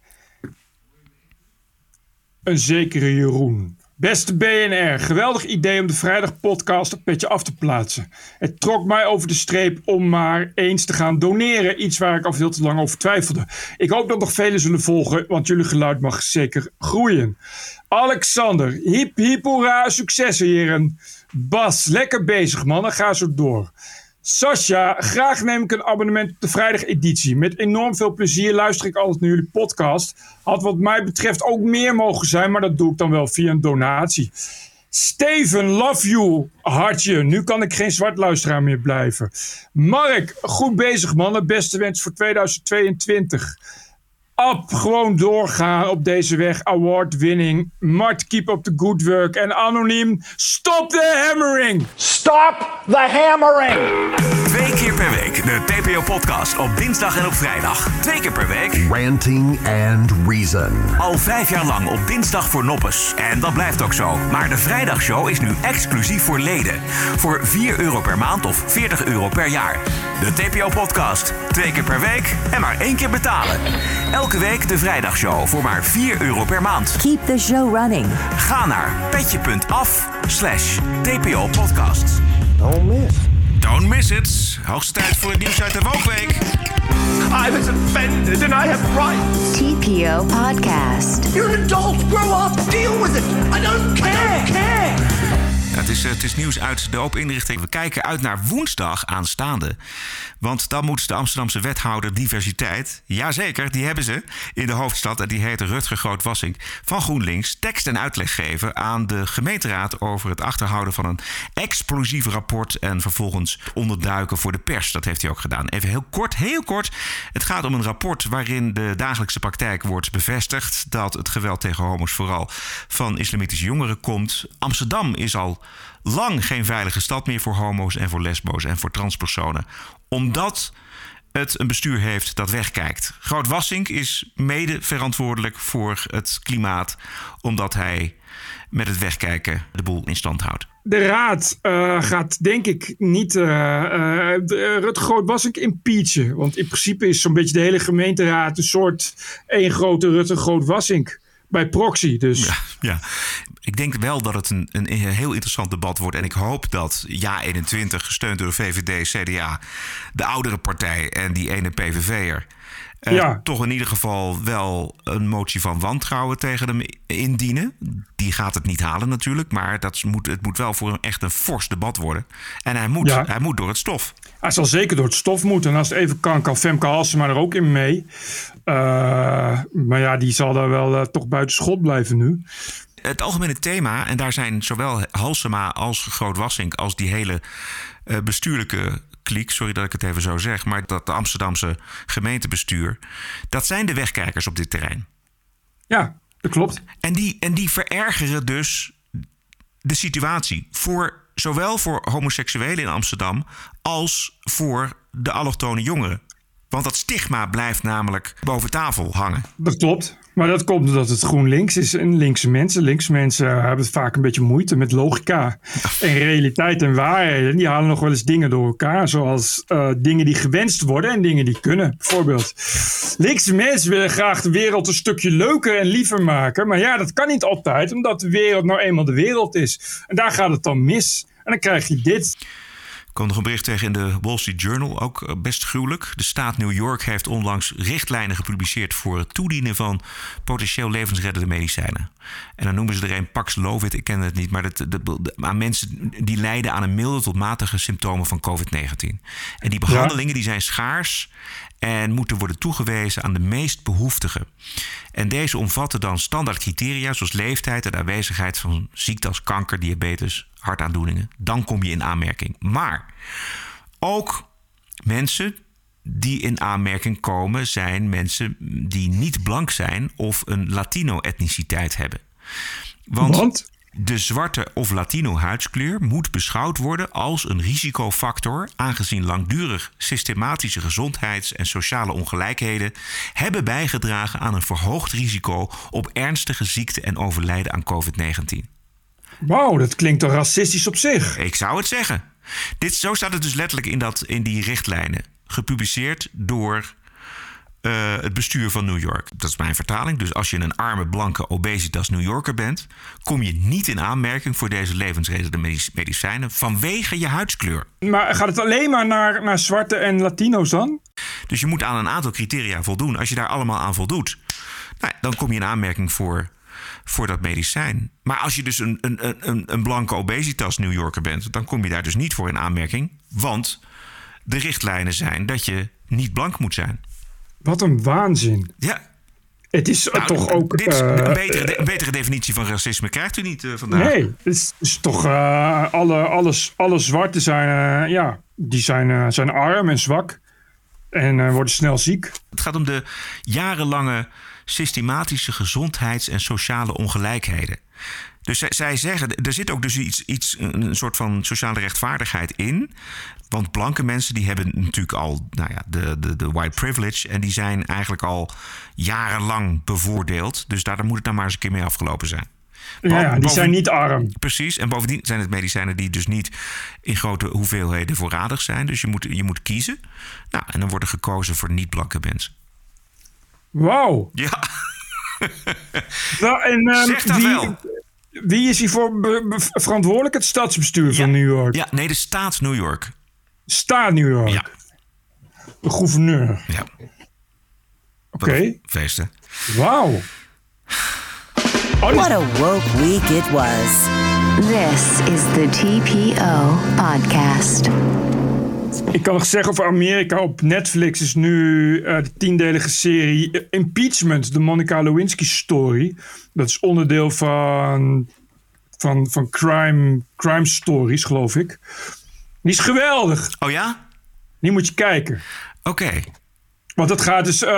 Een zekere Jeroen. Beste BNR, geweldig idee om de vrijdagpodcast op Petje Af te plaatsen. Het trok mij over de streep om maar eens te gaan doneren. Iets waar ik al veel te lang over twijfelde. Ik hoop dat nog velen zullen volgen, want jullie geluid mag zeker groeien. Alexander, hiep hiep hoera, succes heren. Bas, lekker bezig mannen, ga zo door. Sascha, graag neem ik een abonnement op de vrijdageditie. Met enorm veel plezier luister ik altijd naar jullie podcast. Had wat mij betreft ook meer mogen zijn, maar dat doe ik dan wel via een donatie. Steven, love you, hartje. Nu kan ik geen zwart luisteraar meer blijven. Mark, goed bezig mannen. Beste wens voor 2022. Ab, gewoon doorgaan op deze weg. Award-winning. Mart, keep up the good work. En anoniem, stop the hammering. Stop the hammering. 2 keer per week de TPO-podcast op dinsdag en op vrijdag. 2 keer per week Ranting and Reason. Al 5 jaar lang op dinsdag voor noppes. En dat blijft ook zo. Maar de vrijdagshow is nu exclusief voor leden. Voor €4 per maand of €40 per jaar. De TPO-podcast. 2 keer per week en maar 1 keer betalen. Elke week de vrijdagshow voor maar €4 per maand. Keep the show running. Ga naar petje.af/TPO-podcast. Don't miss it. Hoogste tijd voor het nieuws uit de Woke-week. I was offended and I have rights. TPO Podcast. You're an adult. Grow up. Deal with it. I don't care. het is nieuws uit de open inrichting. We kijken uit naar woensdag aanstaande. Want dan moet de Amsterdamse wethouder diversiteit... jazeker, die hebben ze in de hoofdstad... en die heet Rutger Groot-Wassink van GroenLinks... tekst en uitleg geven aan de gemeenteraad... over het achterhouden van een explosief rapport... en vervolgens onderduiken voor de pers. Dat heeft hij ook gedaan. Even heel kort. Het gaat om een rapport waarin de dagelijkse praktijk wordt bevestigd... dat het geweld tegen homo's vooral van islamitische jongeren komt. Amsterdam is al lang geen veilige stad meer voor homo's en voor lesbo's en voor transpersonen. Omdat het een bestuur heeft dat wegkijkt. Groot-Wassink is mede verantwoordelijk voor het klimaat, omdat hij met het wegkijken de boel in stand houdt. De raad gaat denk ik niet Rutger Groot-Wassink impeachen. Want in principe is zo'n beetje de hele gemeenteraad een soort één grote Rutger Groot-Wassink. Bij proxy dus. Ja. Ik denk wel dat het een heel interessant debat wordt. En ik hoop dat JA21, gesteund door VVD, CDA... de oudere partij en die ene PVV'er... toch in ieder geval wel een motie van wantrouwen tegen hem indienen. Die gaat het niet halen natuurlijk. Maar het moet wel voor echt een fors debat worden. En hij moet door het stof. Hij zal zeker door het stof moeten. En als het even kan Femke Halsema er ook in mee. Maar ja, die zal daar wel toch buiten schot blijven nu. Het algemene thema, en daar zijn zowel Halsema als Groot-Wassink... als die hele bestuurlijke kliek, sorry dat ik het even zo zeg... maar dat de Amsterdamse gemeentebestuur... dat zijn de wegkijkers op dit terrein. Ja, dat klopt. En die verergeren dus de situatie... zowel voor homoseksuelen in Amsterdam... als voor de allochtone jongeren. Want dat stigma blijft namelijk boven tafel hangen. Dat klopt. Maar dat komt omdat het GroenLinks is en linkse mensen. Linkse mensen hebben het vaak een beetje moeite met logica. En realiteit en waarheid. Die halen nog wel eens dingen door elkaar. Zoals dingen die gewenst worden en dingen die kunnen. Bijvoorbeeld. Linkse mensen willen graag de wereld een stukje leuker en liever maken. Maar ja, dat kan niet altijd. Omdat de wereld nou eenmaal de wereld is. En daar gaat het dan mis. En dan krijg je dit. Er kwam nog een bericht tegen in de Wall Street Journal, ook best gruwelijk. De staat New York heeft onlangs richtlijnen gepubliceerd... voor het toedienen van potentieel levensreddende medicijnen. En dan noemen ze er een Paxlovid, ik ken het niet... maar aan mensen die lijden aan een milde tot matige symptomen van COVID-19. En die behandelingen die zijn schaars... en moeten worden toegewezen aan de meest behoeftigen. En deze omvatten dan standaard criteria... zoals leeftijd en de aanwezigheid van ziekten als kanker, diabetes... hartaandoeningen. Dan kom je in aanmerking. Maar ook mensen die in aanmerking komen... zijn mensen die niet blank zijn... of een Latino-etniciteit hebben. Want? De zwarte of Latino huidskleur moet beschouwd worden als een risicofactor... aangezien langdurig systematische gezondheids- en sociale ongelijkheden... hebben bijgedragen aan een verhoogd risico... op ernstige ziekte en overlijden aan COVID-19. Wauw, dat klinkt toch racistisch op zich? Ik zou het zeggen. Zo staat het dus letterlijk in die richtlijnen. Gepubliceerd door het bestuur van New York. Dat is mijn vertaling. Dus als je een arme, blanke, obesitas New Yorker bent... kom je niet in aanmerking voor deze levensreddende medicijnen... vanwege je huidskleur. Maar gaat het alleen maar naar zwarte en Latino's dan? Dus je moet aan een aantal criteria voldoen. Als je daar allemaal aan voldoet... dan kom je in aanmerking voor dat medicijn. Maar als je dus een blanke obesitas New Yorker bent... dan kom je daar dus niet voor in aanmerking. Want de richtlijnen zijn dat je niet blank moet zijn. Wat een waanzin. Ja. Het is toch ook... Een betere definitie van racisme krijgt u niet vandaag. Nee, het is toch... alle zwarten zijn, zijn arm en zwak. En worden snel ziek. Het gaat om de jarenlange... systematische gezondheids- en sociale ongelijkheden. Dus zij zeggen, er zit ook dus een soort van sociale rechtvaardigheid in. Want blanke mensen die hebben natuurlijk al de white privilege... en die zijn eigenlijk al jarenlang bevoordeeld. Dus daar moet het dan maar eens een keer mee afgelopen zijn. Die zijn niet arm. Precies, en bovendien zijn het medicijnen die dus niet in grote hoeveelheden voorradig zijn. Dus je moet kiezen. En dan wordt er gekozen voor niet-blanke mensen. Wauw. Ja. Zeg dat wel. Wie is hiervoor verantwoordelijk? Het stadsbestuur van New York? Ja, nee, de staat New York. Staat New York? Ja. De gouverneur? Ja. Oké. Feesten. Wauw. What a woke week it was. This is the TPO Podcast. Ik kan nog zeggen over Amerika. Op Netflix is nu de 10-delige serie Impeachment, de Monica Lewinsky story. Dat is onderdeel van crime stories, geloof ik. Die is geweldig. Oh ja? Die moet je kijken. Oké. Want het gaat dus...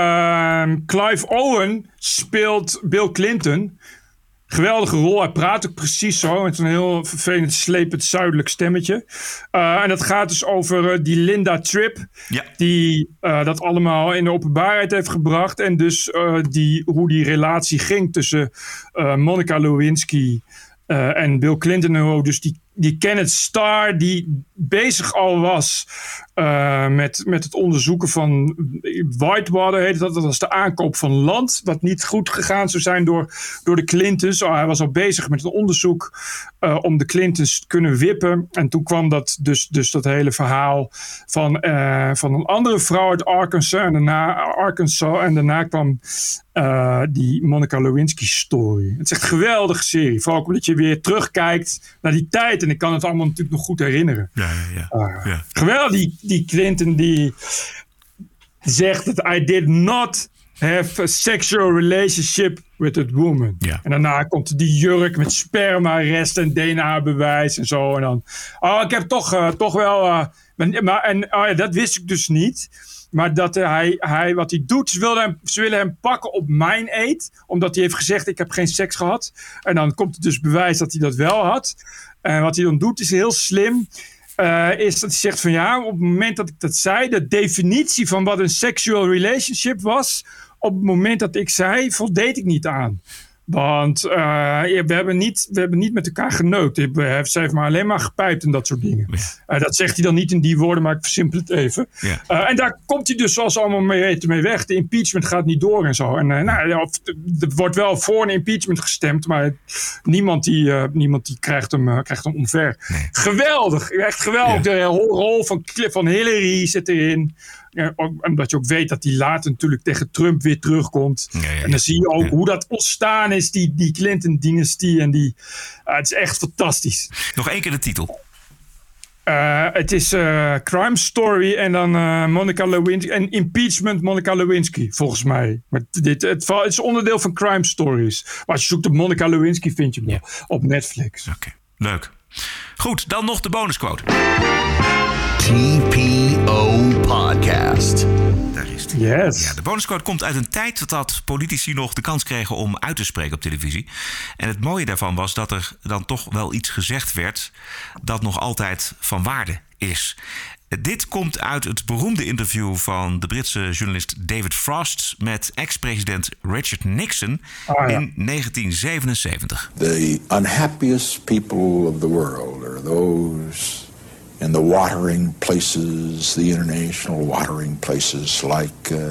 Clive Owen speelt Bill Clinton. Geweldige rol. Hij praat ook precies zo. Met een heel vervelend, slepend, zuidelijk stemmetje. En dat gaat dus over die Linda Tripp. Ja. Die dat allemaal in de openbaarheid heeft gebracht. En dus hoe die relatie ging tussen Monica Lewinsky en Bill Clinton. Dus die Kenneth Starr, die bezig al was met het onderzoeken van Whitewater, heet dat. Dat was de aankoop van land, wat niet goed gegaan zou zijn door de Clintons. Hij was al bezig met een onderzoek om de Clintons te kunnen wippen. En toen kwam dat dus dat hele verhaal van een andere vrouw uit Arkansas. En daarna kwam die Monica Lewinsky story. Het is echt een geweldige serie. Vooral ook omdat je weer terugkijkt naar die tijd. En ik kan het allemaal natuurlijk nog goed herinneren. Ja. Geweldig, die Clinton die zegt dat I did not have a sexual relationship with that woman. Ja. En daarna komt die jurk met sperma-rest en DNA-bewijs en zo. En dan, ik heb toch wel... dat wist ik dus niet. Maar dat hij wat hij doet, ze willen hem pakken op mijn eed. Omdat hij heeft gezegd, ik heb geen seks gehad. En dan komt het dus bewijs dat hij dat wel had. En wat hij dan doet is heel slim. Is dat hij zegt van ja, op het moment dat ik dat zei, de definitie van wat een sexual relationship was, op het moment dat ik zei, voldeed ik niet aan. Want we hebben niet met elkaar geneukt. Ze heeft maar alleen maar gepijpt en dat soort dingen. Ja. Dat zegt hij dan niet in die woorden, maar ik versimpel het even. Ja. En daar komt hij dus zoals allemaal mee weg. De impeachment gaat niet door en zo. En er wordt wel voor een impeachment gestemd, maar niemand die krijgt hem omver. Nee. Geweldig, echt geweldig. Ja. De rol van Hillary zit erin. Ja, omdat je ook weet dat die later natuurlijk tegen Trump weer terugkomt. Ja. En dan zie je ook hoe dat ontstaan is, die Clinton-dynastie. En het is echt fantastisch. Nog één keer de titel. Het is Crime Story en dan Monica Lewinsky. En Impeachment Monica Lewinsky, volgens mij. Maar het is onderdeel van Crime Stories. Maar als je zoekt op Monica Lewinsky, vind je hem op Netflix. Oké, leuk. Goed, dan nog de bonusquote. TPO Podcast. Daar is die. Yes. Ja, de bonusquote komt uit een tijd dat politici nog de kans kregen om uit te spreken op televisie. En het mooie daarvan was dat er dan toch wel iets gezegd werd dat nog altijd van waarde is. Dit komt uit het beroemde interview van de Britse journalist David Frost met ex-president Richard Nixon in 1977. The unhappiest people of the world are those in the watering places, the international watering places like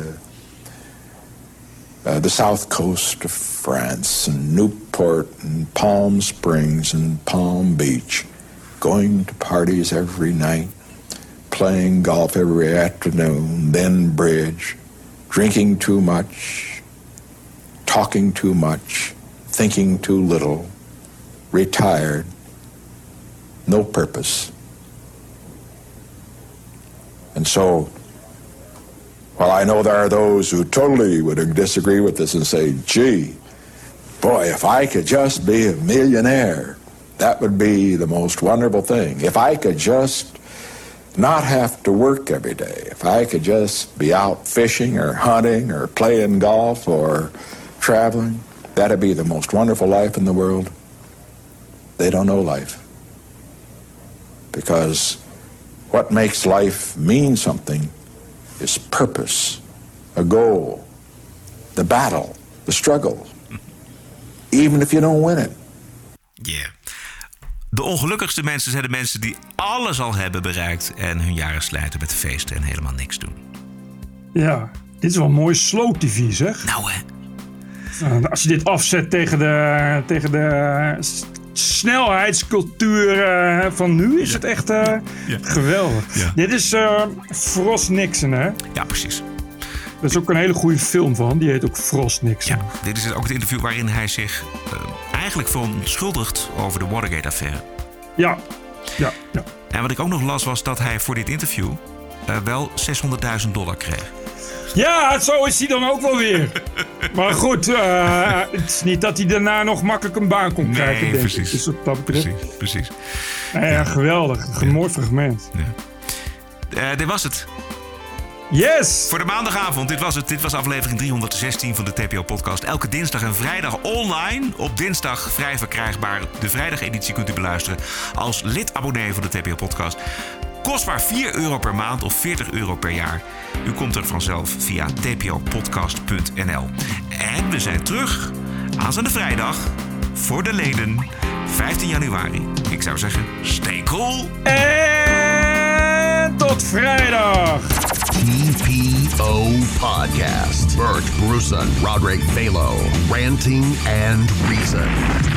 the south coast of France and Newport and Palm Springs and Palm Beach, going to parties every night, playing golf every afternoon, then bridge, drinking too much, talking too much, thinking too little, retired, no purpose. And so, while I know there are those who totally would disagree with this and say, gee, boy, if I could just be a millionaire, that would be the most wonderful thing. If I could just not have to work every day, if I could just be out fishing or hunting or playing golf or traveling, that'd be the most wonderful life in the world. They don't know life. Because what makes life mean something is purpose, a goal, the battle, the struggle, even if you don't win it. Yeah. De ongelukkigste mensen zijn de mensen die alles al hebben bereikt en hun jaren slijten met feesten en helemaal niks doen. Ja, dit is wel mooi slow TV, zeg. Nou hè. Als je dit afzet tegen de snelheidscultuur van nu, is het echt geweldig. Ja. Dit is Frost Nixon, hè? Ja, precies. Er is ook een hele goede film van, die heet ook Frost Nixon. Ja, dit is ook het interview waarin hij zich eigenlijk verontschuldigd over de Watergate-affaire. Ja. En wat ik ook nog las was dat hij voor dit interview wel $600.000 kreeg. Ja, zo is hij dan ook wel weer. Maar goed, het is niet dat hij daarna nog makkelijk een baan kon krijgen. Nee, precies. Dus wat dat betreft. Precies. Ja, geweldig. Een mooi fragment. Ja. Dit was het. Yes! Voor de maandagavond, dit was het. Dit was aflevering 316 van de TPO-podcast. Elke dinsdag en vrijdag online. Op dinsdag vrij verkrijgbaar. De vrijdageditie kunt u beluisteren als lid-abonnee van de TPO-podcast. Kost maar €4 per maand of €40 per jaar. U komt er vanzelf via tpopodcast.nl. En we zijn terug aanstaande vrijdag voor de leden, 15 januari. Ik zou zeggen, stay cool. En tot vrijdag. TPO Podcast. Bert Brussen, Roderick Balo, Ranting and Reason.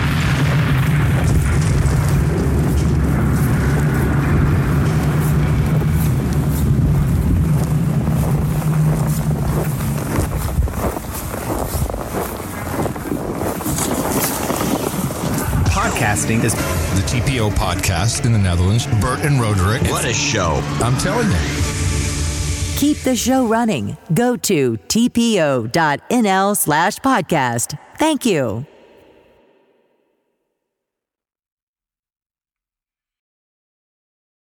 Podcasting is the TPO podcast in the Netherlands. Bert and Roderick. What a show. I'm telling you. Keep the show running. Go to tpo.nl/podcast. Thank you.